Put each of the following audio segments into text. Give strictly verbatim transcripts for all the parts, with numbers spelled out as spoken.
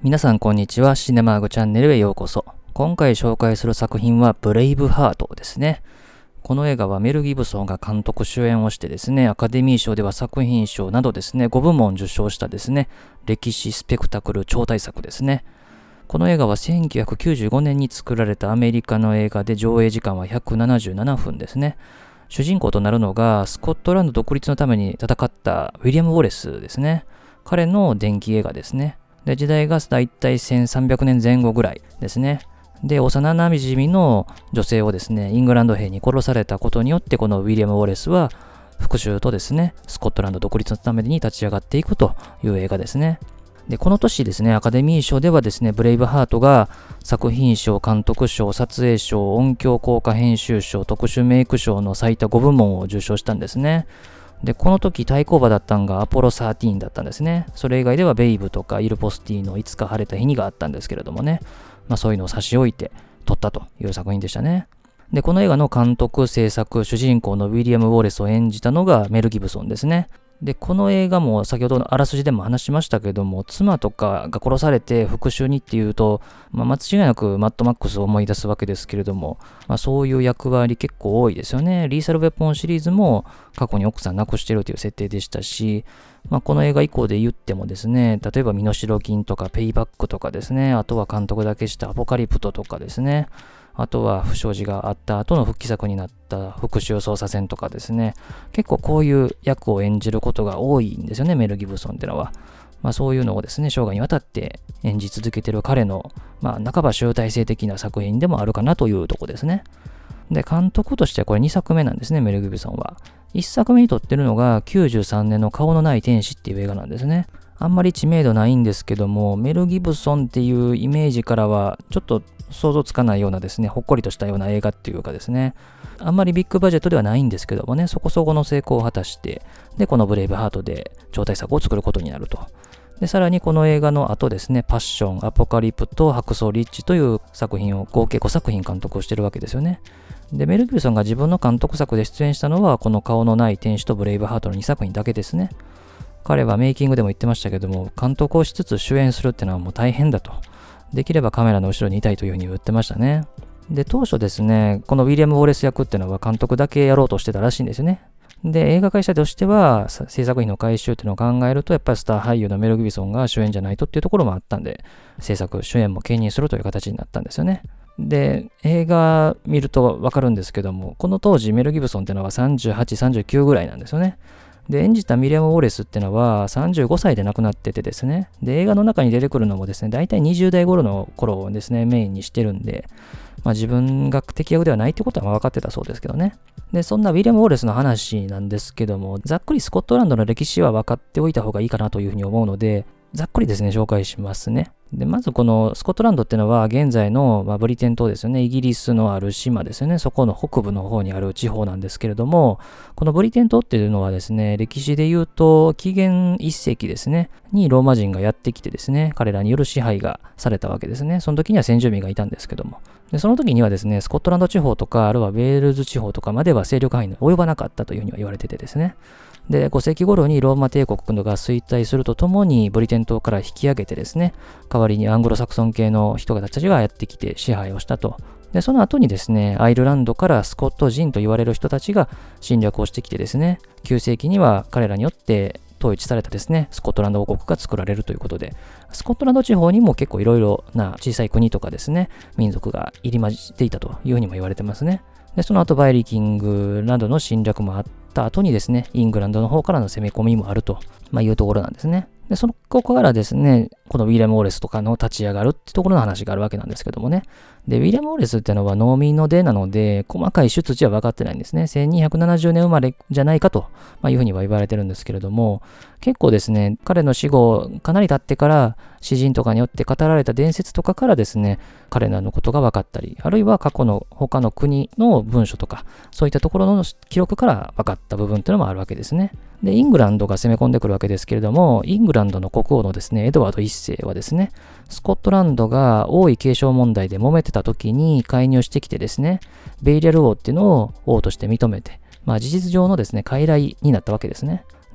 皆さんこんにちは。シネマーグチャンネルへようこそ。今回紹介する作品はブレイブハートですね。この映画はメル・ギブソンが監督主演をしてですね、アカデミー賞では作品賞などですね、ごぶもん受賞したですね、歴史スペクタクル超大作ですね。この映画はせんきゅうひゃくきゅうじゅうごねんに作られたアメリカの映画で上映時間はひゃくななじゅうななふんですね。主人公となるのがスコットランド独立のために戦ったウィリアム・ウォレスですね。彼の伝記映画ですね。で、時代がだいたいせんさんびゃくねんぜん後ぐらいですね。で、幼馴染の女性をですね、イングランド兵に殺されたことによって、このウィリアム・ウォレスは復讐とですね、スコットランド独立のために立ち上がっていくという映画ですね。で、この年ですね、アカデミー賞ではですね、ブレイブハートが作品賞、監督賞、撮影賞、音響効果編集賞、特殊メイク賞の最多ごぶもんを受賞したんですね。で、この時対抗馬だったのがアポロじゅうさんだったんですね。それ以外ではベイブとかイルポスティのいつか晴れた日にがあったんですけれどもね。まあそういうのを差し置いて撮ったという作品でしたね。で、この映画の監督、制作、主人公のウィリアム・ウォレスを演じたのがメル・ギブソンですね。で、この映画も先ほどのあらすじでも話しましたけども、妻とかが殺されて復讐にっていうと、まあ、間違いなくマッドマックスを思い出すわけですけれども、まあ、そういう役割結構多いですよね。リーサルウェポンシリーズも過去に奥さん亡くしてるという設定でしたし、まあ、この映画以降で言ってもですね、例えば身代金とかペイバックとかですね、あとは監督だけしたアポカリプトとかですね、あとは不祥事があった後の復帰作になった復讐捜査線とかですね。結構こういう役を演じることが多いんですよね、メル・ギブソンってのは。まあそういうのをですね、生涯にわたって演じ続けている彼の、まあ半ば集大成的な作品でもあるかなというとこですね。で、監督としてはこれにさくめなんですね、メル・ギブソンは。いっさくめに撮ってるのがきゅうじゅうさんねんの顔のない天使っていう映画なんですね。あんまり知名度ないんですけども、メル・ギブソンっていうイメージからはちょっと想像つかないようなですね、ほっこりとしたような映画っていうかですね、あんまりビッグバジェットではないんですけどもね、そこそこの成功を果たして、で、このブレイブハートで超大作を作ることになると。で、さらにこの映画の後ですね、パッション、アポカリプト、ハクソーリッチという作品を合計ごさくひん監督をしてるわけですよね。で、メル・ギブソンが自分の監督作で出演したのは、この顔のない天使とブレイブハートのにさくひんだけですね。彼はメイキングでも言ってましたけども、監督をしつつ主演するってのはもう大変だと。できればカメラの後ろにいたいというふうに言ってましたね。で、当初ですね、このウィリアム・ウォレス役っていうのは監督だけやろうとしてたらしいんですよね。で、映画会社としては制作費の回収っていうのを考えると、やっぱりスター俳優のメル・ギブソンが主演じゃないとっていうところもあったんで、制作、主演も兼任するという形になったんですよね。で、映画見るとわかるんですけども、この当時メル・ギブソンっていうのはさんじゅうはち、さんじゅうきゅうぐらいなんですよね。で、演じたミリアム・ウォレスってのはさんじゅうごさいで亡くなっててですね。で、映画の中に出てくるのもですね、だいたいにじゅうだい頃の頃をですね、メインにしてるんで、まあ自分が適役ではないってことは分かってたそうですけどね。で、そんなウィリアム・ウォレスの話なんですけども、ざっくりスコットランドの歴史は分かっておいた方がいいかなというふうに思うので、ざっくりですね、紹介しますね。で、まずこのスコットランドっていうのは現在の、まあ、ブリテン島ですよね。イギリスのある島ですよね。そこの北部の方にある地方なんですけれども、このブリテン島っていうのはですね、歴史で言うと紀元いっせいきですね、にローマ人がやってきてですね、彼らによる支配がされたわけですね。その時には先住民がいたんですけども。で、その時にはですね、スコットランド地方とか、あるいはウェールズ地方とかまでは勢力範囲に及ばなかったというふうには言われててですね。で、ごせいき頃にローマ帝国が衰退するとともにブリテン島から引き上げてですね、代わりにアングロサクソン系の人たちがやってきて支配をしたと。で、その後にですね、アイルランドからスコット人と言われる人たちが侵略をしてきてですね、きゅうせいきには彼らによって統一されたですね、スコットランド王国が作られるということで、スコットランド地方にも結構いろいろな小さい国とかですね、民族が入り混じっていたというふうにも言われてますね。で、その後バイリキングなどの侵略もあった後にですね、イングランドの方からの攻め込みもあると、まあ、いうところなんですね。で、そこからですね、このウィリアム・ウォレスとかの立ち上がるってところの話があるわけなんですけどもね。で、ウィリアム・ウォレスってのは農民の出なので、細かい出自は分かってないんですね。せんにひゃくななじゅうねん生まれじゃないかと、まあ、いうふうには言われてるんですけれども、結構ですね、彼の死後かなり経ってから詩人とかによって語られた伝説とかからですね、彼らのことが分かったり、あるいは過去の他の国の文書とか、そういったところの記録から分かった部分っていうのもあるわけですね。で、イングランドが攻め込んでくるわけですけれども、イングランドの国王のですね、エドワードいっせいはですね、スコットランドが王位継承問題で揉めてた時に介入してきてですね、ベイリアル王っていうのを王として認めて、まあ事実上のですね、傀儡になったわけですね。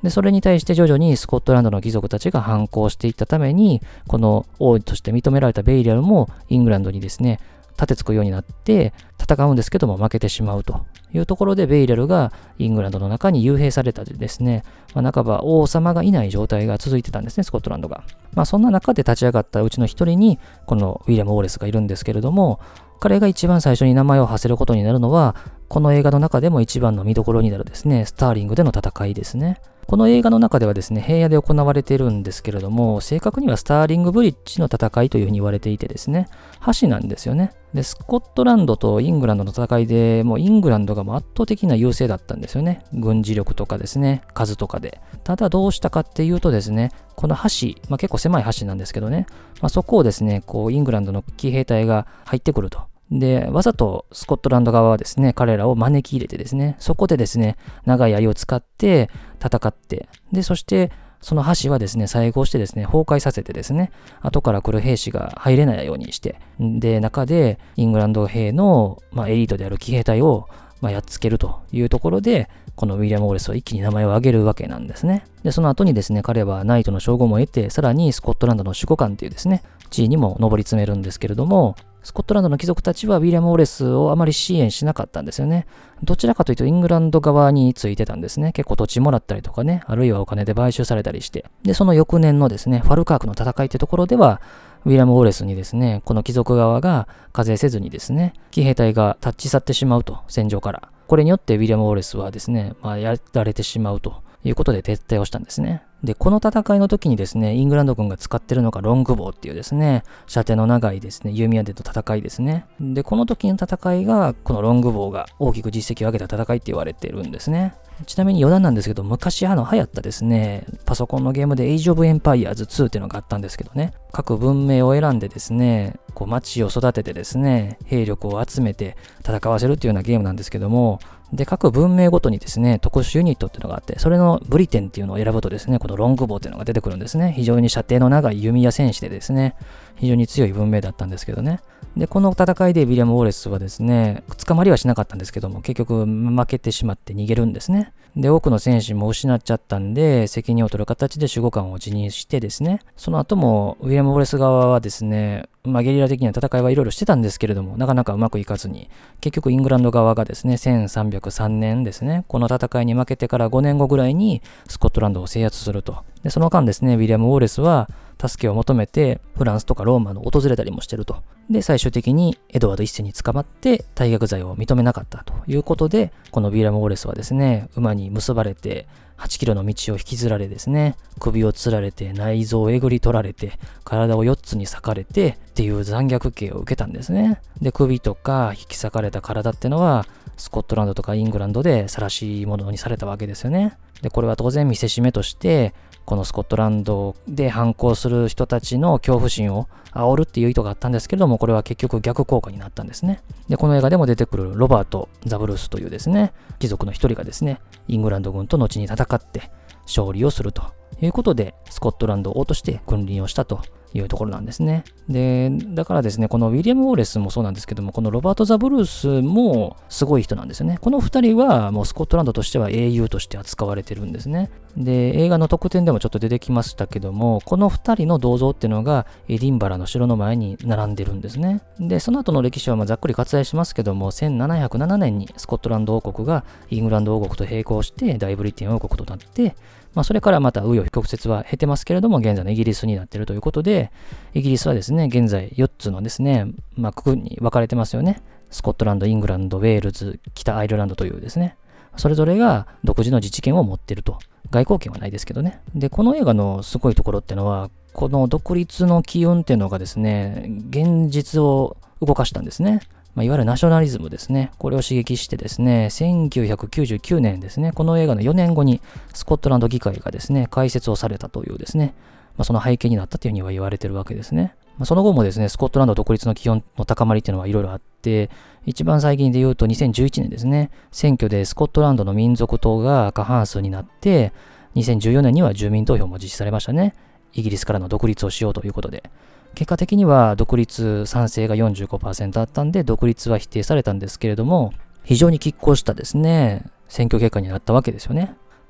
で、それに対して徐々にスコットランドの貴族たちが反抗していったために、この王として認められたベイリアルもイングランドにですね、立てつくようになって戦うんですけども負けてしまうというところで、ベイリアルがイングランドの中に幽閉されたでですね、まあ、半ば王様がいない状態が続いてたんですね、スコットランドが。まあそんな中で立ち上がったうちの一人に、このウィリアム・ウォレスがいるんですけれども、彼が一番最初に名前を馳せることになるのは、この映画の中でも一番の見どころになるですね、スターリングでの戦いですね。この映画の中ではですね、平野で行われているんですけれども、正確にはスターリングブリッジの戦いというふうに言われていてですね、橋なんですよね。で、スコットランドとイングランドの戦いで、もうイングランドがもう圧倒的な優勢だったんですよね。軍事力とかですね、数とかで。ただどうしたかっていうとですね、この橋、まあ、結構狭い橋なんですけどね、まあ、そこをですね、こうイングランドの騎兵隊が入ってくると。で、わざとスコットランド側はですね、彼らを招き入れてですね、そこでですね、長い槍を使って戦って、で、そしてその橋はですね、再興してですね、崩壊させてですね、後から来る兵士が入れないようにして、で、中でイングランド兵の、まあ、エリートである騎兵隊を、まあ、やっつけるというところで、このウィリアム・ウォレスは一気に名前を挙げるわけなんですね。で、その後にですね、彼はナイトの称号も得て、さらにスコットランドの守護官というですね、地位にも上り詰めるんですけれども、スコットランドの貴族たちはウィリアム・ウォレスをあまり支援しなかったんですよね。どちらかというとイングランド側についてたんですね。結構土地もらったりとかね、あるいはお金で買収されたりして。で、その翌年のですね、ファルカークの戦いってところでは、ウィリアム・ウォレスにですね、この貴族側が課税せずにですね、騎兵隊が立ち去ってしまうと、戦場から。これによってウィリアム・ウォレスはですね、まあ、やられてしまうということで撤退をしたんですね。で、この戦いの時にですね、イングランド軍が使ってるのがロングボウっていうですね、射程の長いですね、弓矢での戦いですね。で、この時の戦いが、このロングボウが大きく実績を上げた戦いって言われてるんですね。ちなみに余談なんですけど、昔あの流行ったですね、パソコンのゲームで Age of Empires ツーっていうのがあったんですけどね、各文明を選んでですね、こう街を育ててですね、兵力を集めて戦わせるっていうようなゲームなんですけども、で、各文明ごとにですね、特殊ユニットっていうのがあって、それのブリテンっていうのを選ぶとですね、このロングボウっていうのが出てくるんですね。非常に射程の長い弓矢戦士でですね、非常に強い文明だったんですけどね。で、この戦いでウィリアム・ウォレスはですね、捕まりはしなかったんですけども、結局負けてしまって逃げるんですね。で、多くの戦士も失っちゃったんで、責任を取る形で守護官を辞任してですね、その後もウィリアム・ウォレス側はですね、まあ、ゲリラ的な戦いはいろいろしてたんですけれども、なかなかうまくいかずに、結局イングランド側がですね、せんさんびゃくさんねんですね、この戦いに負けてからごねんごぐらいにスコットランドを制圧すると。で、その間ですね、ウィリアム・ウォレスは助けを求めてフランスとかローマの訪れたりもしてると。で、最終的にエドワード一世に捕まって退学罪を認めなかったということで、このウィリアム・ウォレスはですね、馬に結ばれてはちキロの道を引きずられですね、首をつられて内臓をえぐり取られて、体をよっつに裂かれてっていう残虐刑を受けたんですね。で、首とか引き裂かれた体ってのは、スコットランドとかイングランドで晒し者にされたわけですよね。で、これは当然見せしめとして、このスコットランドで反抗する人たちの恐怖心を煽るっていう意図があったんですけれども、これは結局逆効果になったんですね。で、この映画でも出てくるロバート・ザブルースというですね、貴族の一人がですね、イングランド軍と後に戦って勝利をするということで、スコットランドを王として君臨をしたというところなんですね。で、だからですね、このウィリアム・ウォレスもそうなんですけども、このロバート・ザブルースもすごい人なんですよね。この二人はもうスコットランドとしては英雄として扱われてるんですね。で、映画の特典でもちょっと出てきましたけども、この二人の銅像っていうのがエディンバラの城の前に並んでるんですね。で、その後の歴史はまあざっくり割愛しますけども、せんななひゃくななねんにスコットランド王国がイングランド王国と並行して大ブリテン王国となって、まあ、それからまた紆余曲折は経てますけれども、現在のイギリスになっているということで、イギリスはですね、現在よっつのですね、まあ、区に分かれてますよね。スコットランド、イングランド、ウェールズ、北アイルランドというですね、それぞれが独自の自治権を持っていると。外交権はないですけどね。で、この映画のすごいところっていうのは、この独立の機運っていうのがですね、現実を動かしたんですね。まあ、いわゆるナショナリズムですね。これを刺激してですね、せんきゅうひゃくきゅうじゅうきゅうねんですね、この映画のよねんごにスコットランド議会がですね、開設をされたというですね、まあ、その背景になったというふうには言われてるわけですね。まあ、その後もですね、スコットランド独立の機運の高まりっていうのはいろいろあって、一番最近で言うとにせんじゅういちねんですね、選挙でスコットランドの民族党が過半数になって、にせんじゅうよねんには住民投票も実施されましたね。イギリスからの独立をしようということで。結果的には独立賛成が よんじゅうごパーセント あったんで、独立は否定されたんですけれども、非常に拮抗したですね、選挙結果になったわけですよね。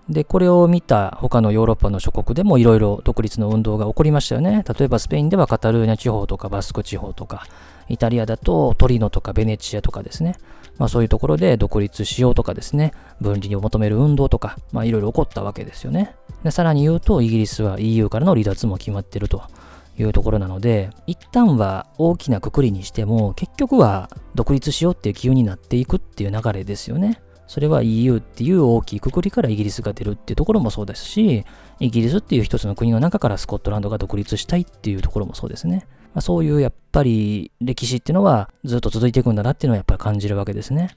で、これを見た他のヨーロッパの諸国でもいろいろ独立の運動が起こりましたよね。例えばスペインではカタルーニャ地方とかバスク地方とか、イタリアだとトリノとかベネチアとかですね。まあそういうところで独立しようとかですね、分離を求める運動とか、まあいろいろ起こったわけですよね。で、さらに言うとイギリスは イーユー からの離脱も決まっているというところなので、一旦は大きな括りにしても結局は独立しようっていう機運になっていくっていう流れですよね。それは イーユー っていう大きい括りからイギリスが出るっていうところもそうですし、イギリスっていう一つの国の中からスコットランドが独立したいっていうところもそうですね。まあ、そういうやっぱり歴史っていうのはずっと続いていくんだなっていうのはやっぱり感じるわけですね。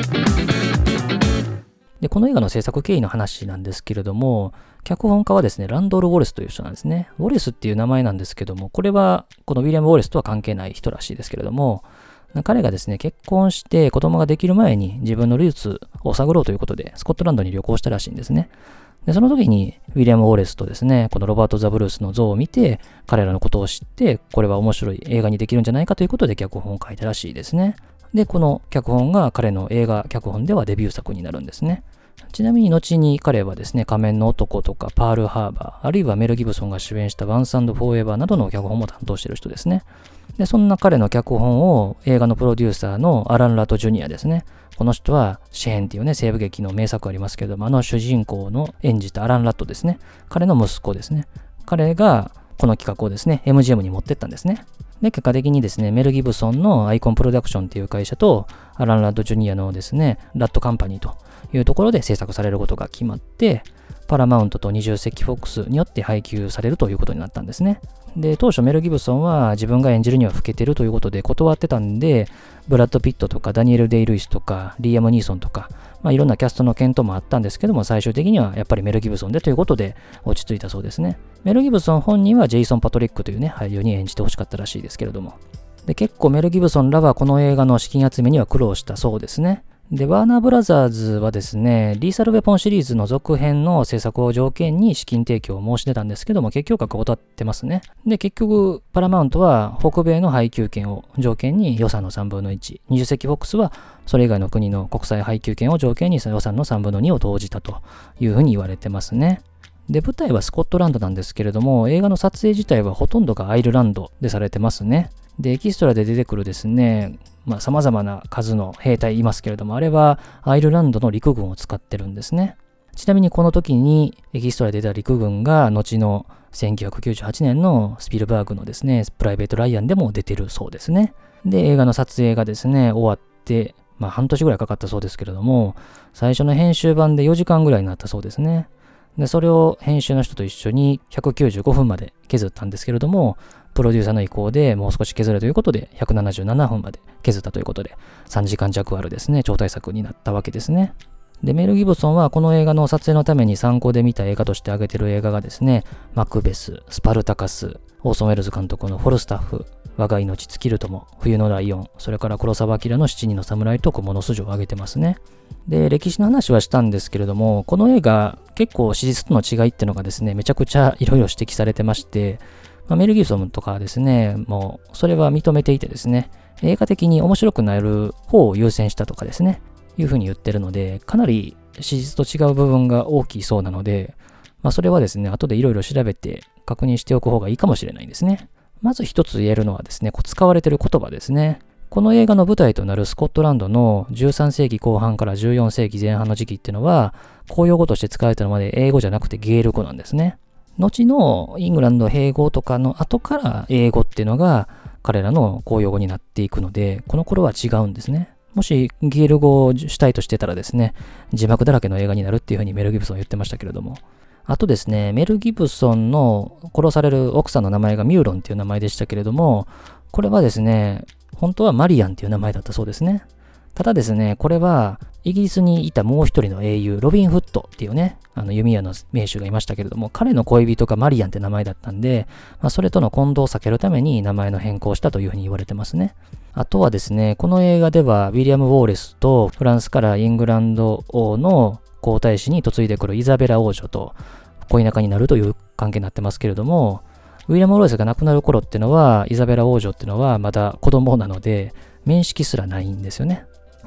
で、この映画の制作経緯の話なんですけれども、脚本家はですね、ランドール・ウォレスという人なんですね。ウォレスっていう名前なんですけども、これはこのウィリアム・ウォレスとは関係ない人らしいですけれども、彼がですね、結婚して子供ができる前に自分のルーツを探ろうということで、スコットランドに旅行したらしいんですね。で、その時にウィリアム・ウォレスとですね、このロバート・ザ・ブルースの像を見て、彼らのことを知って、これは面白い映画にできるんじゃないかということで脚本を書いたらしいですね。で、この脚本が彼の映画脚本ではデビュー作になるんですね。ちなみに後に彼はですね、仮面の男とかパールハーバー、あるいはメル・ギブソンが主演したワンス&フォーエバーなどの脚本も担当している人ですね。で、そんな彼の脚本を映画のプロデューサーのアラン・ラト・ジュニアですね。この人はシェーンっていうね、西部劇の名作ありますけれども、あの主人公の演じたアラン・ラットですね。彼の息子ですね。彼がこの企画をですね、エムジーエム に持ってったんですね。で、結果的にですね、メル・ギブソンのアイコンプロダクションっていう会社と、アラン・ラット・ジュニアのですね、ラットカンパニーというところで制作されることが決まって、パラマウントとにじゅう世紀フォックスによって配給されるということになったんですね。で、当初メル・ギブソンは自分が演じるには老けてるということで断ってたんで、ブラッド・ピットとかダニエル・デイ・ルイスとかリーアム・ニーソンとか、まあいろんなキャストの検討もあったんですけども、最終的にはやっぱりメル・ギブソンでということで落ち着いたそうですね。メル・ギブソン本人はジェイソン・パトリックというね、俳優に演じてほしかったらしいですけれども。で、結構メル・ギブソンらはこの映画の資金集めには苦労したそうですね。で、ワーナーブラザーズはですね、リーサルウェポンシリーズの続編の制作を条件に資金提供を申し出たんですけども、結局は断ってますね。で、結局、パラマウントは北米の配給権を条件に予算のさんぶんのいち、にじゅう世紀フォックスはそれ以外の国の国際配給権を条件に予算のさんぶんのにを投じたというふうに言われてますね。で、舞台はスコットランドなんですけれども、映画の撮影自体はほとんどがアイルランドでされてますね。で、エキストラで出てくるですね、まあ様々な数の兵隊いますけれども、あれはアイルランドの陸軍を使ってるんですね。ちなみにこの時にエキストラで出た陸軍が後のせんきゅうひゃくきゅうじゅうはちねんのスピルバーグのですね、プライベート・ライアンでも出てるそうですね。で、映画の撮影がですね、終わって、まあ半年ぐらいかかったそうですけれども、最初の編集版でよじかんぐらいになったそうですね。で、それを編集の人と一緒にひゃくきゅうじゅうごふんまで削ったんですけれども、プロデューサーの意向でもう少し削れということでひゃくななじゅうななふんまで削ったということでさんじかん弱あるですね、超大作になったわけですね。で、メル・ギブソンはこの映画の撮影のために参考で見た映画として挙げてる映画がですね、マクベス、スパルタカス、オーソン・ウェルズ監督のフォルスタッフ、我が命尽きるとも、冬のライオン、それから黒澤明の七人の侍と小物筋を挙げてますね。で、歴史の話はしたんですけれども、この映画結構史実との違いっていうのがですね、めちゃくちゃいろいろ指摘されてまして、まあ、メル・ギブソンとかはですね、もうそれは認めていてですね、映画的に面白くなる方を優先したとかですね、いうふうに言ってるので、かなり史実と違う部分が大きいそうなので、まあそれはですね、後でいろいろ調べて確認しておく方がいいかもしれないですね。まず一つ言えるのはですね、使われている言葉ですね。この映画の舞台となるスコットランドのじゅうさん世紀後半からじゅうよん世紀前半の時期っていうのは、公用語として使われたのまで英語じゃなくてゲール語なんですね。後のイングランド併合とかの後から英語っていうのが彼らの公用語になっていくので、この頃は違うんですね。もしゲール語を主体としてたらですね、字幕だらけの映画になるっていうふうにメル・ギブソンは言ってましたけれども。あとですね、メル・ギブソンの殺される奥さんの名前がミューロンっていう名前でしたけれども、これはですね、本当はマリアンっていう名前だったそうですね。ただですね、これはイギリスにいたもう一人の英雄、ロビン・フットっていうね、あの弓矢の名手がいましたけれども、彼の恋人がマリアンって名前だったんで、まあ、それとの混同を避けるために名前の変更をしたというふうに言われてますね。あとはですね、この映画ではウィリアム・ウォーレスとフランスからイングランド王の皇太子に嫁いでくるイザベラ王女と恋仲になるという関係になってますけれども、ウィリアム・ウォーレスが亡くなる頃っていうのは、イザベラ王女っていうのはまだ子供なので、面識すらないんですよね。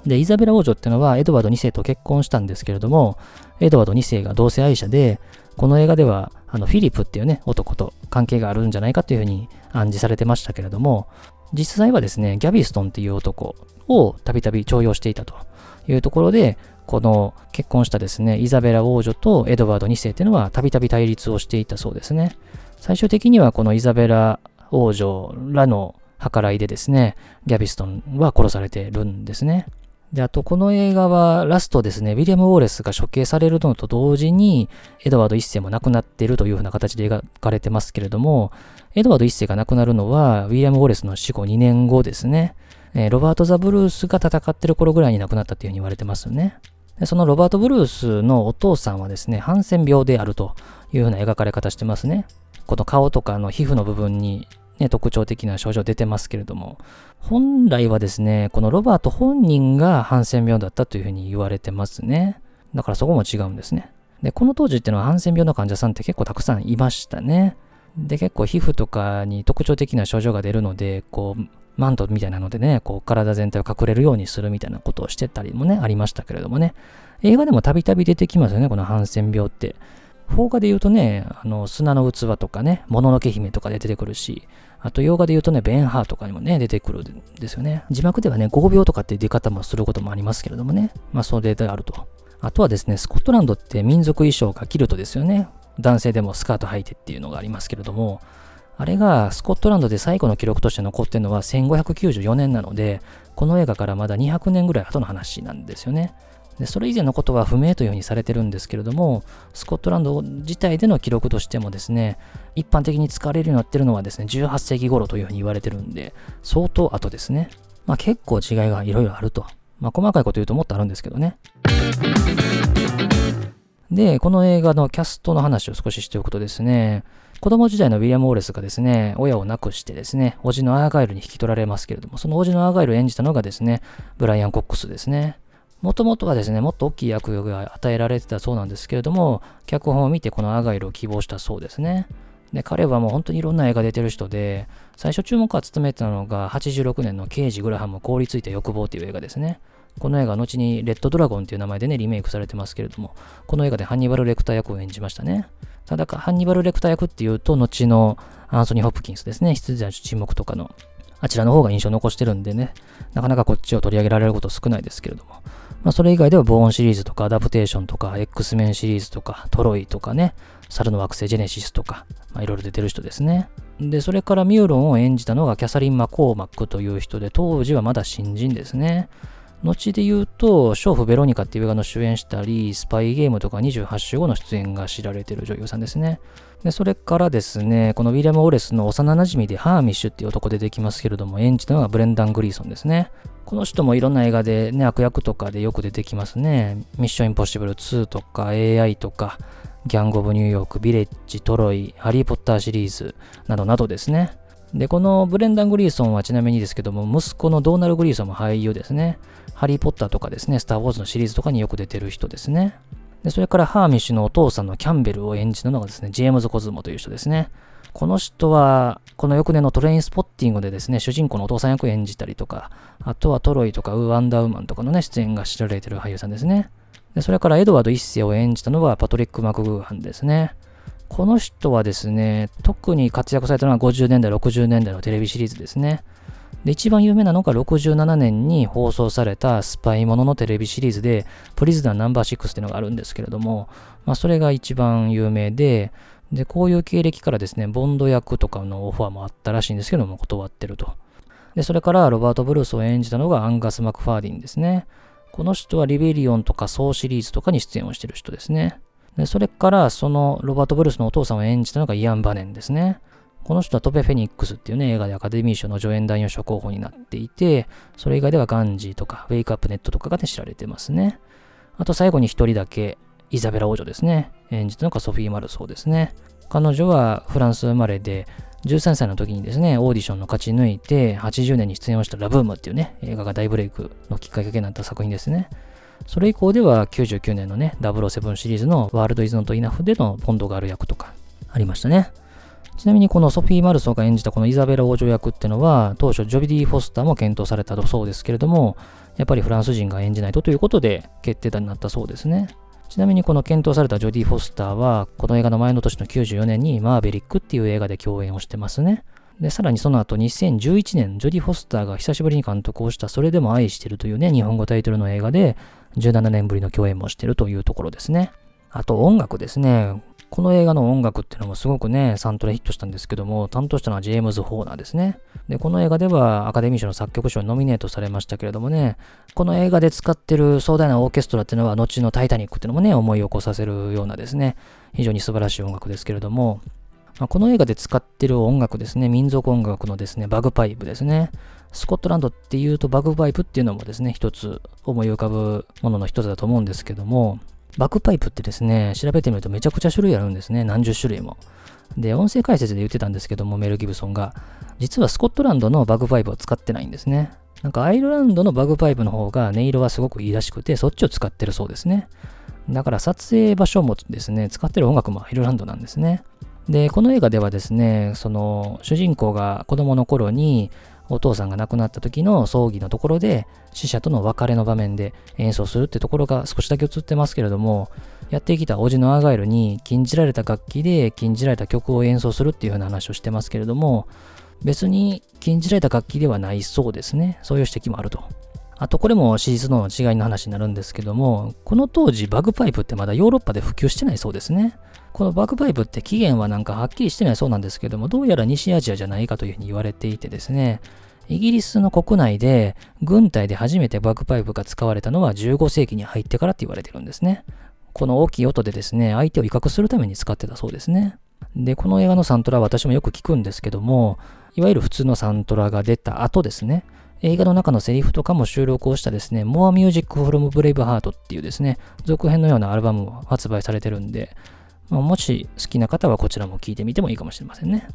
で、イザベラ王女っていうのはエドワードにせいと結婚したんですけれども、エドワードにせいが同性愛者で、この映画ではあのフィリプっていうね、男と関係があるんじゃないかというふうに暗示されてましたけれども、実際はですね、ギャビストンっていう男をたびたび重用していたというところで、この結婚したですね、イザベラ王女とエドワードにせいっていうのはたびたび対立をしていたそうですね。最終的にはこのイザベラ王女らの計らいでですね、ギャビストンは殺されてるんですね。で、あとこの映画はラストですね、ウィリアム・ウォーレスが処刑されるのと同時に、エドワードいっせいも亡くなっているというふうな形で描かれてますけれども、エドワードいっせいが亡くなるのは、ウィリアム・ウォーレスの死後にねんごですね。えー、ロバート・ザ・ブルースが戦ってる頃ぐらいに亡くなったっていうふうに言われてますよね。で、そのロバート・ブルースのお父さんはですね、ハンセン病であるというふうな描かれ方してますね。この顔とかの皮膚の部分にね、特徴的な症状出てますけれども、本来はですね、このロバート本人がハンセン病だったというふうに言われてますね。だからそこも違うんですね。で、この当時っていうのはハンセン病の患者さんって結構たくさんいましたね。で、結構皮膚とかに特徴的な症状が出るので、こう、マントみたいなのでね、こう体全体を隠れるようにするみたいなことをしてたりもね、ありましたけれどもね。映画でもたびたび出てきますよね、このハンセン病って。邦画で言うとね、あの、砂の器とかね、もののけ姫とかで出てくるし、あと洋画で言うとね、ベンハーとかにもね、出てくるんですよね。字幕ではね、ごびょうとかって出方もすることもありますけれどもね。まあ、それであると。あとはですね、スコットランドって民族衣装がキルトですよね。男性でもスカート履いてっていうのがありますけれども、あれがスコットランドで最後の記録として残ってるのはせんごひゃくきゅうじゅうよねんなので、この映画からまだにひゃくねんぐらい後の話なんですよね。で、それ以前のことは不明というふうにされてるんですけれども、スコットランド自体での記録としてもですね、一般的に使われるようになってるのはですね、じゅうはっせいき頃というふうに言われてるんで、相当後ですね。まあ結構違いがいろいろあると。まあ細かいこと言うともっとあるんですけどね。で、この映画のキャストの話を少ししておくとですね、子供時代のウィリアム・ウォーレスがですね、親を亡くしてですね、叔父のアーガイルに引き取られますけれども、その叔父のアーガイルを演じたのがですね、ブライアン・コックスですね。もともとはですね、もっと大きい役が与えられてたそうなんですけれども、脚本を見てこのアーガイルを希望したそうですね。で、彼はもう本当にいろんな映画出てる人で、最初注目を集めたのがはちじゅうろくねんの刑事グラハム凍りついた欲望という映画ですね。この映画は後にレッドドラゴンという名前でね、リメイクされてますけれども、この映画でハンニバル・レクター役を演じましたね。ただか、ハンニバル・レクター役っていうと、後のアンソニー・ホプキンスですね、羊たち沈黙とかの、あちらの方が印象を残してるんでね、なかなかこっちを取り上げられること少ないですけれども、まあそれ以外ではボーンシリーズとかアダプテーションとか X メンシリーズとかトロイとかね、猿の惑星ジェネシスとか、まあいろいろ出てる人ですね。で、それからミューロンを演じたのがキャサリン・マコーマックという人で、当時はまだ新人ですね。後で言うと、娼婦ベロニカっていう映画の主演したり、スパイゲームとかにじゅうはちしゅうごの出演が知られている女優さんですね。で、それからですね、このウィリアム・オレスの幼馴染でハーミッシュっていう男出てきますけれども、演じたのがブレンダン・グリーソンですね。この人もいろんな映画でね、悪役とかでよく出てきますね。ミッション・インポッシブルツーとか エーアイ とか、ギャング・オブ・ニューヨーク、ビレッジ、トロイ、ハリー・ポッターシリーズなどなどですね。で、このブレンダン・グリーソンはちなみにですけども、息子のドーナル・グリーソンも俳優ですね。ハリー・ポッターとかですね、スター・ウォーズのシリーズとかによく出てる人ですね。で、それからハーミッシュのお父さんのキャンベルを演じたのがですね、ジェームズ・コズモという人ですね。この人は、この翌年のトレインスポッティングでですね、主人公のお父さん役を演じたりとか、あとはトロイとかウー・アンダーウーマンとかのね、出演が知られている俳優さんですね。で、それからエドワード一世を演じたのはパトリック・マクグーハンですね。この人はですね、特に活躍されたのはごじゅうねんだい、ろくじゅうねんだいのテレビシリーズですね。で、一番有名なのがろくじゅうななねんに放送されたスパイもののテレビシリーズで、プリズナーナンバーシックスっていうのがあるんですけれども、まあそれが一番有名で、で、こういう経歴からですね、ボンド役とかのオファーもあったらしいんですけども、断ってると。で、それからロバート・ブルースを演じたのがアンガス・マクファーディンですね。この人はリベリオンとかソーシリーズとかに出演をしている人ですね。で、それからそのロバート・ブルースのお父さんを演じたのがイアン・バネンですね。この人はトベ・フェニックスっていうね、映画でアカデミー賞の助演男優賞候補になっていて、それ以外ではガンジーとかウェイクアップネットとかがね、知られてますね。あと最後に一人だけ、イザベラ王女ですね。演じたのがソフィー・マルソーですね。彼女はフランス生まれで、じゅうさんさいの時にですね、オーディションの勝ち抜いて、はちじゅうねんに出演をしたラブームっていうね、映画が大ブレイクのきっかけになった作品ですね。それ以降ではきゅうじゅうきゅうねんのね、ダブルオーセブンシリーズのワールドイズノットイナフでのポンドガール役とかありましたね。 ちなみにこのソフィー・マルソーが演じたこのイザベラ王女役っていうのは、当初ジョビディ・フォスターも検討されたそうですけれども、やっぱりフランス人が演じないとということで決定打になったそうですね。ちなみにこの検討されたジョディ・フォスターは、この映画の前の年のきゅうじゅうよねんにマーベリックっていう映画で共演をしてますね。で、さらにその後にせんじゅういちねん、ジョディ・フォスターが久しぶりに監督をしたそれでも愛してるというね、日本語タイトルの映画でじゅうななねんぶりの共演もしてるというところですね。あと音楽ですね。この映画の音楽っていうのもすごくね、サントラヒットしたんですけども、担当したのはジェームズ・ホーナーですね。で、この映画ではアカデミー賞の作曲賞にノミネートされましたけれどもね、この映画で使ってる壮大なオーケストラっていうのは、後のタイタニックっていうのもね、思い起こさせるようなですね、非常に素晴らしい音楽ですけれども、まあ、この映画で使ってる音楽ですね、民族音楽のですね、バグパイプですね。スコットランドっていうとバグパイプっていうのもですね、一つ思い浮かぶものの一つだと思うんですけども、バグパイプってですね、調べてみるとめちゃくちゃ種類あるんですね。何十種類も。で、音声解説で言ってたんですけども、メル・ギブソンが、実はスコットランドのバグパイプを使ってないんですね。なんかアイルランドのバグパイプの方が音色はすごくいいらしくて、そっちを使ってるそうですね。だから撮影場所もですね、使ってる音楽もアイルランドなんですね。で、この映画ではですね、その主人公が子供の頃にお父さんが亡くなった時の葬儀のところで死者との別れの場面で演奏するってところが少しだけ映ってますけれども、やってきた叔父のアーガイルに禁じられた楽器で禁じられた曲を演奏するっていう風な話をしてますけれども、別に禁じられた楽器ではないそうですね。そういう指摘もあると。あとこれも史実の違いの話になるんですけども、この当時バグパイプってまだヨーロッパで普及してないそうですね。このバグパイプって起源はなんかはっきりしてないそうなんですけども、どうやら西アジアじゃないかというふうに言われていてですね、イギリスの国内で軍隊で初めてバグパイプが使われたのはじゅうごせいきに入ってからって言われてるんですね。この大きい音でですね、相手を威嚇するために使ってたそうですね。で、この映画のサントラは私もよく聞くんですけども、いわゆる普通のサントラが出た後ですね、映画の中のセリフとかも収録をしたですね、More Music from Braveheart っていうですね、続編のようなアルバムも発売されてるんで、まあ、もし好きな方はこちらも聴いてみてもいいかもしれませんね。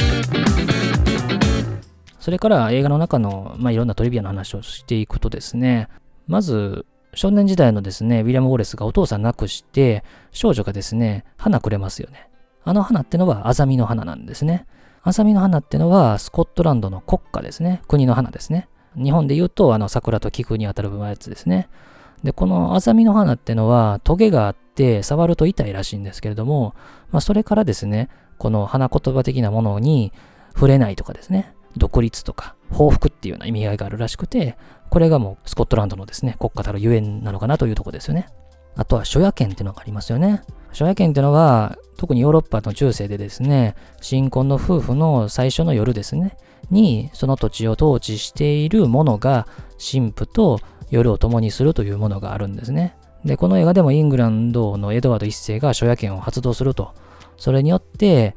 それから映画の中の、まあ、いろんなトリビアの話をしていくとですね、まず少年時代のですね、ウィリアム・ウォレスがお父さん亡くして、少女がですね、花くれますよね。あの花ってのはアザミの花なんですね。アザミの花ってのはスコットランドの国花ですね。国の花ですね。日本で言うと、あの、桜と菊に当たるやつですね。で、このアザミの花ってのは、トゲがあって、触ると痛いらしいんですけれども、まあ、それからですね、この花言葉的なものに触れないとかですね、独立とか報復っていうような意味合いがあるらしくて、これがもうスコットランドのですね、国家たるゆえんなのかなというところですよね。あとは初夜券っていうのがありますよね。初夜券っていうのは、特にヨーロッパの中世でですね、新婚の夫婦の最初の夜ですね、に、その土地を統治している者が、神父と夜を共にするというものがあるんですね。で、この映画でもイングランドのエドワード一世が初夜券を発動すると。それによって、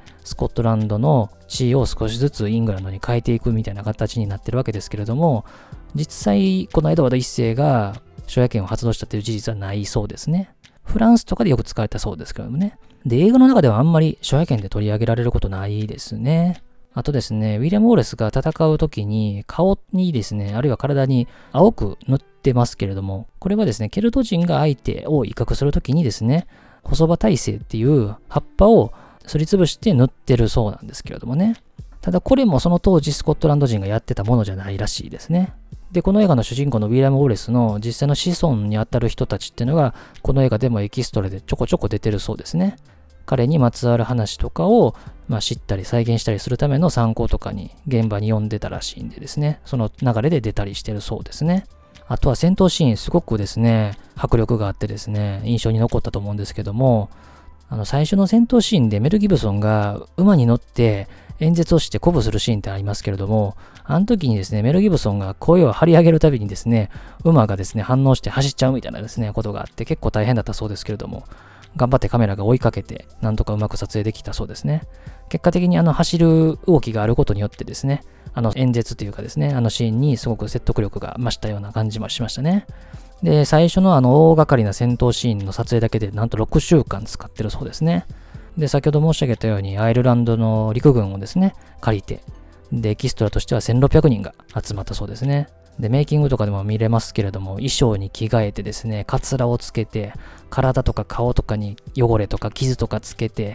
スコットランドの地位を少しずつイングランドに変えていくみたいな形になってるわけですけれども、実際、このエドワード一世が初夜券を発動したという事実はないそうですね。フランスとかでよく使われたそうですけどもね。で、映画の中ではあんまり初夜券で取り上げられることないですね。あとですね、ウィリアム・ウォレスが戦うときに顔にですね、あるいは体に青く塗ってますけれども、これはですね、ケルト人が相手を威嚇するときにですね、細葉耐性っていう葉っぱをすりつぶして塗ってるそうなんですけれどもね。ただこれもその当時スコットランド人がやってたものじゃないらしいですね。で、この映画の主人公のウィリアム・ウォレスの実際の子孫にあたる人たちっていうのが、この映画でもエキストラでちょこちょこ出てるそうですね。彼にまつわる話とかを、まあ、知ったり再現したりするための参考とかに現場に呼んでたらしいんでですね、その流れで出たりしてるそうですね。あとは戦闘シーンすごくですね、迫力があってですね、印象に残ったと思うんですけども、あの最初の戦闘シーンでメル・ギブソンが馬に乗って演説をして鼓舞するシーンってありますけれども、あの時にですね、メル・ギブソンが声を張り上げるたびにですね、馬がですね、反応して走っちゃうみたいなですね、ことがあって結構大変だったそうですけれども、頑張ってカメラが追いかけて、なんとかうまく撮影できたそうですね。結果的にあの走る動きがあることによってですね、あの演説というかですね、あのシーンにすごく説得力が増したような感じもしましたね。で、最初のあの大掛かりな戦闘シーンの撮影だけでなんとろくしゅうかん使ってるそうですね。で、先ほど申し上げたようにアイルランドの陸軍をですね、借りて、で、エキストラとしてはせんろっぴゃくにんが集まったそうですね。で、メイキングとかでも見れますけれども、衣装に着替えてですね、カツラをつけて、体とか顔とかに汚れとか傷とかつけて、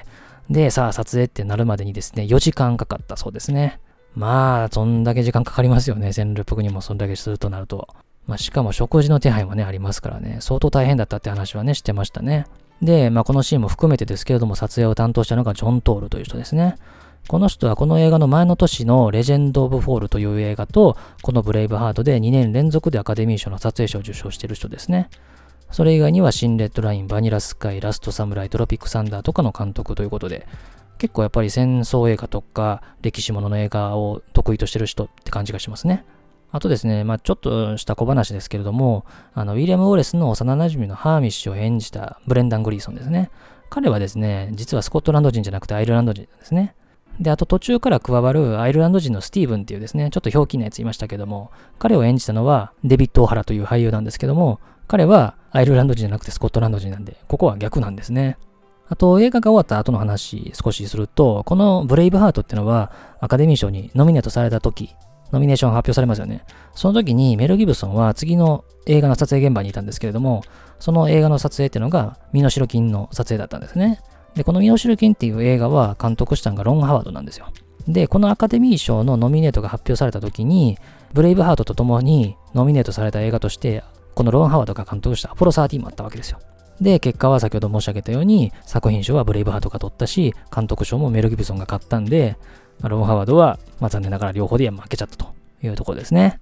で、さあ撮影ってなるまでにですね、よじかんかかったそうですね。まあ、そんだけ時間かかりますよね。戦力にもそんだけするとなると。まあ、しかも食事の手配もね、ありますからね。相当大変だったって話はね、してましたね。で、まあ、このシーンも含めてですけれども、撮影を担当したのがジョン・トールという人ですね。この人はこの映画の前の年のレジェンド・オブ・フォールという映画と、このブレイブハートでにねん連続でアカデミー賞の撮影賞を受賞している人ですね。それ以外にはシン・レッドライン、バニラスカイ、ラストサムライ、トロピックサンダーとかの監督ということで、結構やっぱり戦争映画とか歴史ものの映画を得意としてる人って感じがしますね。あとですね、まあちょっとした小話ですけれども、あの、ウィリアム・ウォレスの幼馴染のハーミッシュを演じたブレンダン・グリーソンですね。彼はですね、実はスコットランド人じゃなくてアイルランド人ですね。で、あと途中から加わるアイルランド人のスティーブンっていうですね、ちょっとひょうきんなやついましたけども、彼を演じたのはデビッド・オハラという俳優なんですけども、彼はアイルランド人じゃなくてスコットランド人なんで、ここは逆なんですね。あと映画が終わった後の話少しすると、このブレイブハートってのはアカデミー賞にノミネートされた時、ノミネーション発表されますよね。その時にメル・ギブソンは次の映画の撮影現場にいたんですけれども、その映画の撮影っていうのが身代金の撮影だったんですね。で、この身代金っていう映画は監督したのがロン・ハワードなんですよ。で、このアカデミー賞のノミネートが発表された時に、ブレイブハートと共にノミネートされた映画として、このロン・ハワードが監督したアポロじゅうさんもあったわけですよ。で、結果は先ほど申し上げたように、作品賞はブレイブハートが取ったし、監督賞もメル・ギブソンが勝ったんで、ロン・ハワードは、まあ、残念ながら両方で負けちゃったというところですね。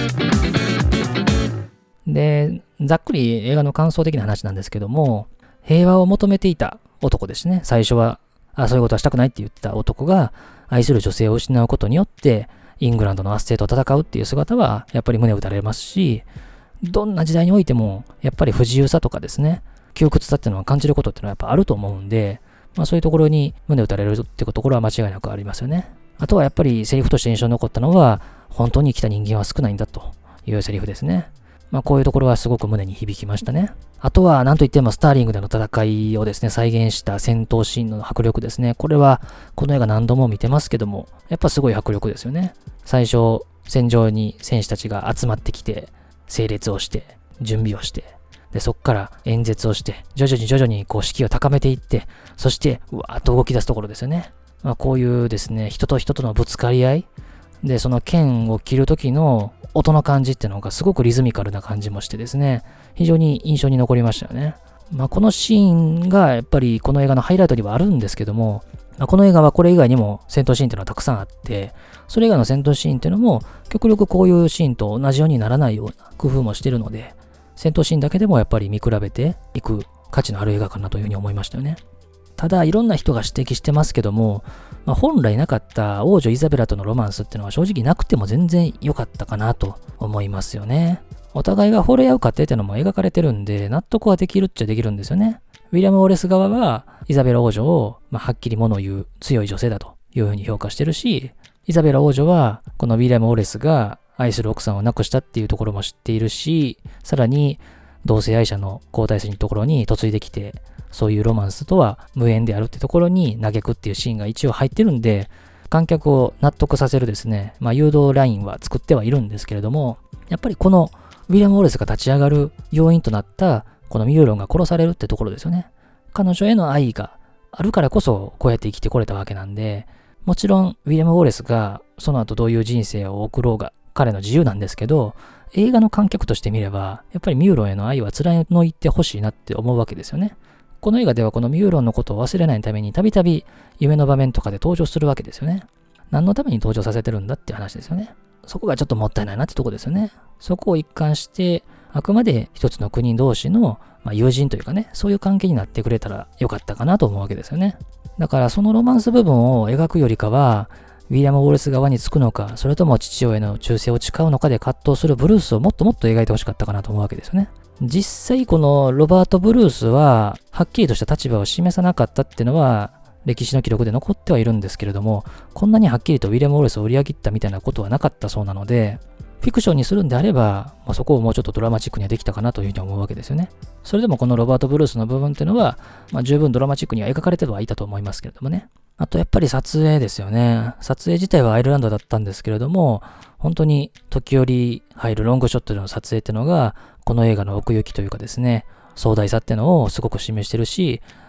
で、ざっくり映画の感想的な話なんですけども、平和を求めていた男ですね。最初は、あ、そういうことはしたくないって言ってた男が、愛する女性を失うことによって、イングランドの圧政と戦うっていう姿は、やっぱり胸打たれますし、どんな時代においても、やっぱり不自由さとかですね、窮屈さっていうのは感じることっていうのはやっぱあると思うんで、まあそういうところに胸打たれるっていうところは間違いなくありますよね。あとはやっぱりセリフとして印象に残ったのは、本当に生きた人間は少ないんだというセリフですね。まあこういうところはすごく胸に響きましたね。あとは何といってもスターリングでの戦いをですね、再現した戦闘シーンの迫力ですね。これはこの映画何度も見てますけども、やっぱすごい迫力ですよね。最初、戦場に戦士たちが集まってきて、整列をして、準備をして、で、そっから演説をして、徐々に徐々にこう士気を高めていって、そして、うわーっと動き出すところですよね。まあ、こういうですね、人と人とのぶつかり合い、で、その剣を切る時の音の感じっていうのがすごくリズミカルな感じもしてですね、非常に印象に残りましたよね。まあ、このシーンがやっぱりこの映画のハイライトにはあるんですけども、まあ、この映画はこれ以外にも戦闘シーンっていうのはたくさんあって、それ以外の戦闘シーンっていうのも極力こういうシーンと同じようにならないような工夫もしてるので、戦闘シーンだけでもやっぱり見比べていく価値のある映画かなというふうに思いましたよね。ただいろんな人が指摘してますけども、まあ、本来なかった王女イザベラとのロマンスっていうのは正直なくても全然良かったかなと思いますよね。お互いが惚れ合う過程っていうのも描かれてるんで、納得はできるっちゃできるんですよね。ウィリアム・ウォレス側はイザベラ王女を、まあ、はっきり物を言う強い女性だというふうに評価してるし、イザベラ王女はこのウィリアム・ウォレスが愛する奥さんを亡くしたっていうところも知っているし、さらに同性愛者の皇太子のところに嫁いできて、そういうロマンスとは無縁であるってところに嘆くっていうシーンが一応入ってるんで、観客を納得させるですね、まあ誘導ラインは作ってはいるんですけれども、やっぱりこのウィリアム・ウォレスが立ち上がる要因となったこのミューロンが殺されるってところですよね。彼女への愛があるからこそこうやって生きてこれたわけなんで、もちろんウィリアム・ウォレスがその後どういう人生を送ろうが彼の自由なんですけど、映画の観客として見ればやっぱりミューロンへの愛は貫いてほしいなって思うわけですよね。この映画ではこのミューロンのことを忘れないためにたびたび夢の場面とかで登場するわけですよね。何のために登場させてるんだっていう話ですよね。そこがちょっともったいないなってとこですよね。そこを一貫してあくまで一つの国同士の、まあ、友人というかね、そういう関係になってくれたらよかったかなと思うわけですよね。だからそのロマンス部分を描くよりかは、ウィリアム・ウォレス側につくのか、それとも父親の忠誠を誓うのかで葛藤するブルースをもっともっと描いてほしかったかなと思うわけですよね。実際このロバート・ブルースははっきりとした立場を示さなかったっていうのは歴史の記録で残ってはいるんですけれども、こんなにはっきりとウィリアム・ウォレスを売り上げたみたいなことはなかったそうなので、フィクションにするんであれば、まあ、そこをもうちょっとドラマチックにはできたかなというふうに思うわけですよね。それでもこのロバート・ブルースの部分っていうのは、まあ、十分ドラマチックには描かれてはいたと思いますけれどもね。あとやっぱり撮影ですよね。撮影自体はアイルランドだったんですけれども、本当に時折入るロングショットでの撮影っていうのが、この映画の奥行きというかですね、壮大さっていうのをすごく示してるし、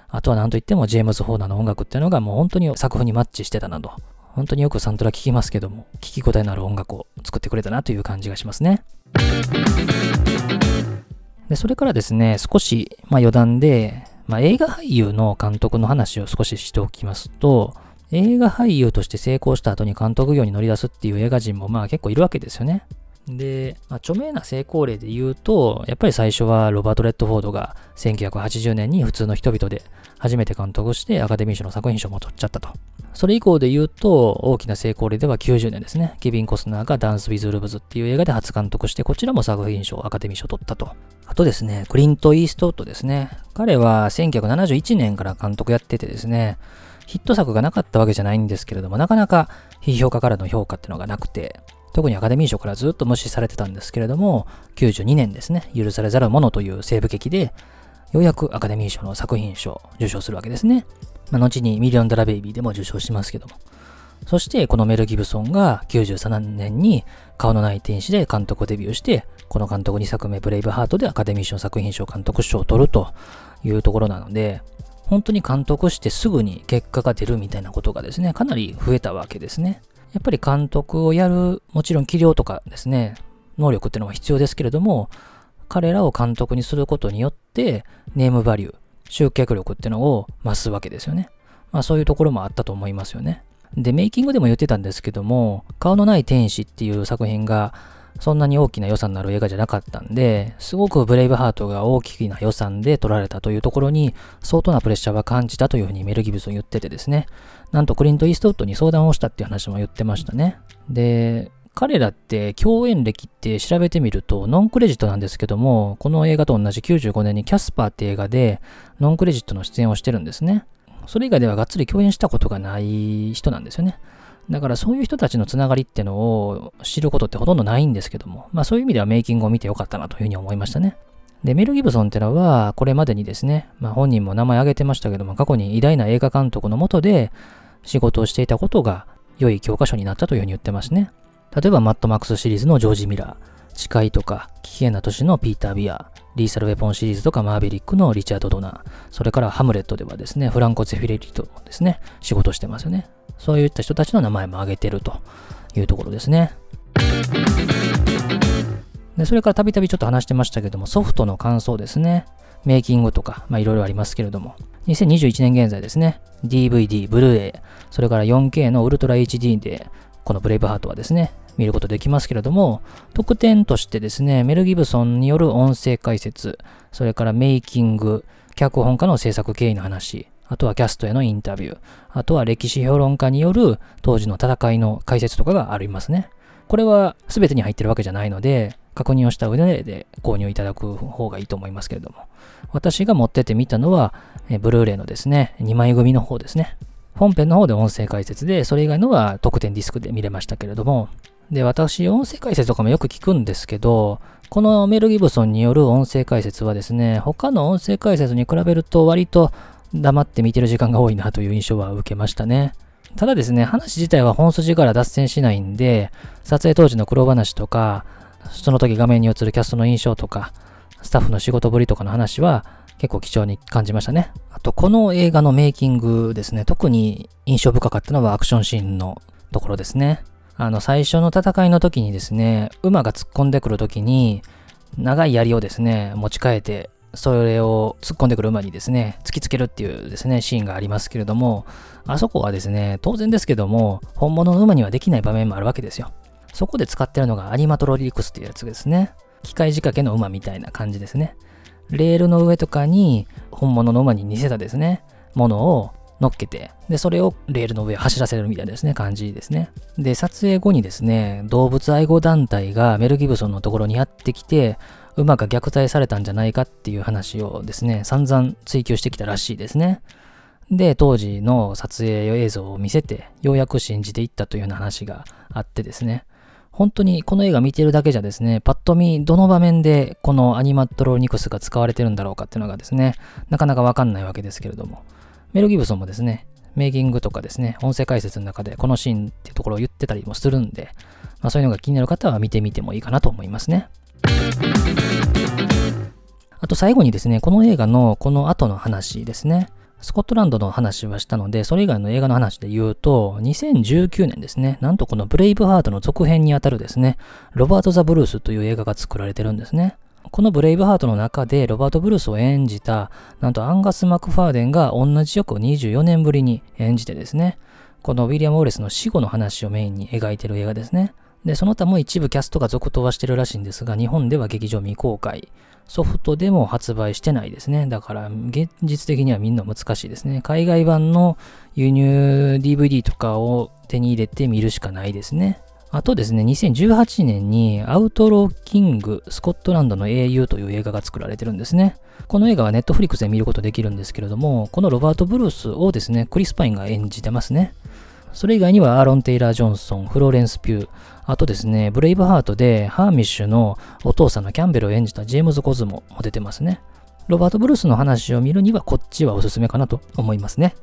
あとは何といってもジェームズ・ホーナーの音楽っていうのがもう本当に作風にマッチしてたなと。本当によくサントラ聴きますけども、聴き応えのある音楽を作ってくれたなという感じがしますね。で、それからですね、少し、まあ、余談で、まあ、映画俳優の監督の話を少ししておきますと、映画俳優として成功した後に監督業に乗り出すっていう映画人もまあ結構いるわけですよね。で、まあ、著名な成功例で言うと、やっぱり最初はロバート・レッドフォードがせんきゅうひゃくはちじゅうねんに普通の人々で初めて監督してアカデミー賞の作品賞も取っちゃったと。それ以降で言うと、大きな成功例ではきゅうじゅうねんですね。ケビン・コスナーがダンス・ウィズ・ルブズっていう映画で初監督して、こちらも作品賞、アカデミー賞取ったと。あとですね、クリント・イーストウッドですね。彼はせんきゅうひゃくななじゅういちねんから監督やっててですね、ヒット作がなかったわけじゃないんですけれども、なかなか批評家からの評価っていうのがなくて、特にアカデミー賞からずっと無視されてたんですけれども、きゅうじゅうにねんですね、許されざる者という西部劇で、ようやくアカデミー賞の作品賞を受賞するわけですね。まあ、後にミリオンダラベイビーでも受賞しますけども。そしてこのメル・ギブソンがきゅうじゅうさんねんに顔のない天使で監督デビューして、この監督にさくめブレイブハートでアカデミー賞作品賞監督賞を取るというところなので、本当に監督してすぐに結果が出るみたいなことがですね、かなり増えたわけですね。やっぱり監督をやる、もちろん技量とかですね、能力っていうのは必要ですけれども、彼らを監督にすることによって、ネームバリュー、集客力っていうのを増すわけですよね。まあそういうところもあったと思いますよね。で、メイキングでも言ってたんですけども、顔のない天使っていう作品がそんなに大きな予算のある映画じゃなかったんで、すごくブレイブハートが大きな予算で撮られたというところに相当なプレッシャーは感じたというふうにメル・ギブソン言っててですね、なんとクリント・イーストウッドに相談をしたっていう話も言ってましたね。で、彼らって共演歴って調べてみるとノンクレジットなんですけども、この映画と同じきゅうじゅうごねんにキャスパーって映画でノンクレジットの出演をしてるんですね。それ以外ではがっつり共演したことがない人なんですよね。だからそういう人たちのつながりってのを知ることってほとんどないんですけども、まあそういう意味ではメイキングを見てよかったなというふうに思いましたね。で、メル・ギブソンってのはこれまでにですね、まあ本人も名前挙げてましたけども、過去に偉大な映画監督の下で仕事をしていたことが良い教科書になったというふうに言ってますね。例えばマッドマックスシリーズのジョージ・ミラー、誓いとか危険な都市のピーター・ビア、リーサル・ウェポンシリーズとかマーヴェリックのリチャード・ドナー、それからハムレットではですね、フランコ・ゼフィレリとですね、仕事してますよね。そういった人たちの名前も挙げてるというところですね。で、それからたびたびちょっと話してましたけども、ソフトの感想ですね。メイキングとか、まあいろいろありますけれども、にせんにじゅういちねん現在ですね、ディーブイディー、ブルーレイ、それから よんケー のウルトラ エイチディー で、このブレイブハートはですね、見ることできますけれども、特典としてですね、メル・ギブソンによる音声解説、それからメイキング、脚本家の制作経緯の話、あとはキャストへのインタビュー、あとは歴史評論家による当時の戦いの解説とかがありますね。これは全てに入ってるわけじゃないので、確認をした上で購入いただく方がいいと思いますけれども、私が持ってて見たのは、えブルーレイのですね、にまい組の方ですね。本編の方で音声解説で、それ以外のは特典ディスクで見れましたけれども、で、私、音声解説とかもよく聞くんですけど、このメル・ギブソンによる音声解説はですね、他の音声解説に比べると割と黙って見てる時間が多いなという印象は受けましたね。ただですね、話自体は本筋から脱線しないんで、撮影当時の苦労話とか、その時画面に映るキャストの印象とか、スタッフの仕事ぶりとかの話は結構貴重に感じましたね。あと、この映画のメイキングですね、特に印象深かったのはアクションシーンのところですね。あの、最初の戦いの時にですね、馬が突っ込んでくる時に、長い槍をですね、持ち替えて、それを突っ込んでくる馬にですね、突きつけるっていうですね、シーンがありますけれども、あそこはですね、当然ですけども、本物の馬にはできない場面もあるわけですよ。そこで使ってるのがアニマトロリクスっていうやつですね。機械仕掛けの馬みたいな感じですね。レールの上とかに、本物の馬に似せたですね、ものを乗っけて、で、それをレールの上を走らせるみたいなですね、感じですね。で、撮影後にですね、動物愛護団体がメル・ギブソンのところにやってきて、馬が虐待されたんじゃないかっていう話をですね、散々追求してきたらしいですね。で、当時の撮影映像を見せて、ようやく信じていったというような話があってですね、本当にこの映画見てるだけじゃですね、パッと見どの場面でこのアニマトロニクスが使われてるんだろうかっていうのがですね、なかなかわかんないわけですけれども、メル・ギブソンもですね、メイキングとかですね、音声解説の中でこのシーンっていうところを言ってたりもするんで、まあそういうのが気になる方は見てみてもいいかなと思いますね。あと最後にですね、この映画のこの後の話ですね。 スコットランドの話はしたので、それ以外の映画の話で言うと、にせんじゅうきゅうねんですね、なんとこのブレイブハートの続編にあたるですね、ロバート・ザ・ブルースという映画が作られてるんですね。このブレイブハートの中でロバート・ブルースを演じた、なんとアンガス・マクファーデンが同じ役をにじゅうよねんぶりに演じてですね、このウィリアム・ウォレスの死後の話をメインに描いてる映画ですね。で、その他も一部キャストが続投はしてるらしいんですが、日本では劇場未公開、ソフトでも発売してないですね。だから現実的には見るの難しいですね。海外版の輸入 ディーブイディー とかを手に入れて見るしかないですね。あとですね、にせんじゅうはちねんにアウトローキングスコットランドの英雄という映画が作られてるんですね。この映画はネットフリックスで見ることできるんですけれども、このロバート・ブルースをですね、クリス・パインが演じてますね。それ以外にはアーロン・テイラー・ジョンソン、フローレンス・ピュー、あとですね、ブレイブハートでハーミッシュのお父さんのキャンベルを演じたジェームズ・コズモも出てますね。ロバート・ブルースの話を見るにはこっちはおすすめかなと思いますね。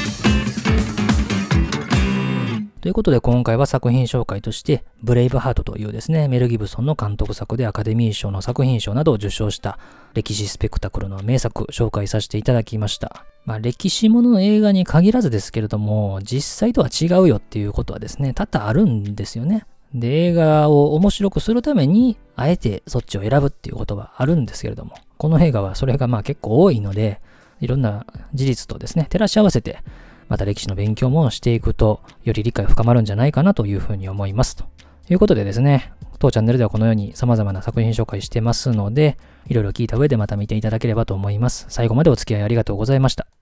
ということで今回は作品紹介としてブレイブハートというですね、メル・ギブソンの監督作でアカデミー賞の作品賞などを受賞した歴史スペクタクルの名作紹介させていただきました。まあ歴史ものの映画に限らずですけれども、実際とは違うよっていうことはですね、多々あるんですよね。で、映画を面白くするためにあえてそっちを選ぶっていうことはあるんですけれども、この映画はそれがまあ結構多いので、いろんな事実とですね、照らし合わせてまた歴史の勉強もしていくと、より理解深まるんじゃないかなというふうに思います。ということでですね、当チャンネルではこのように様々な作品紹介してますので、いろいろ聞いた上でまた見ていただければと思います。最後までお付き合いありがとうございました。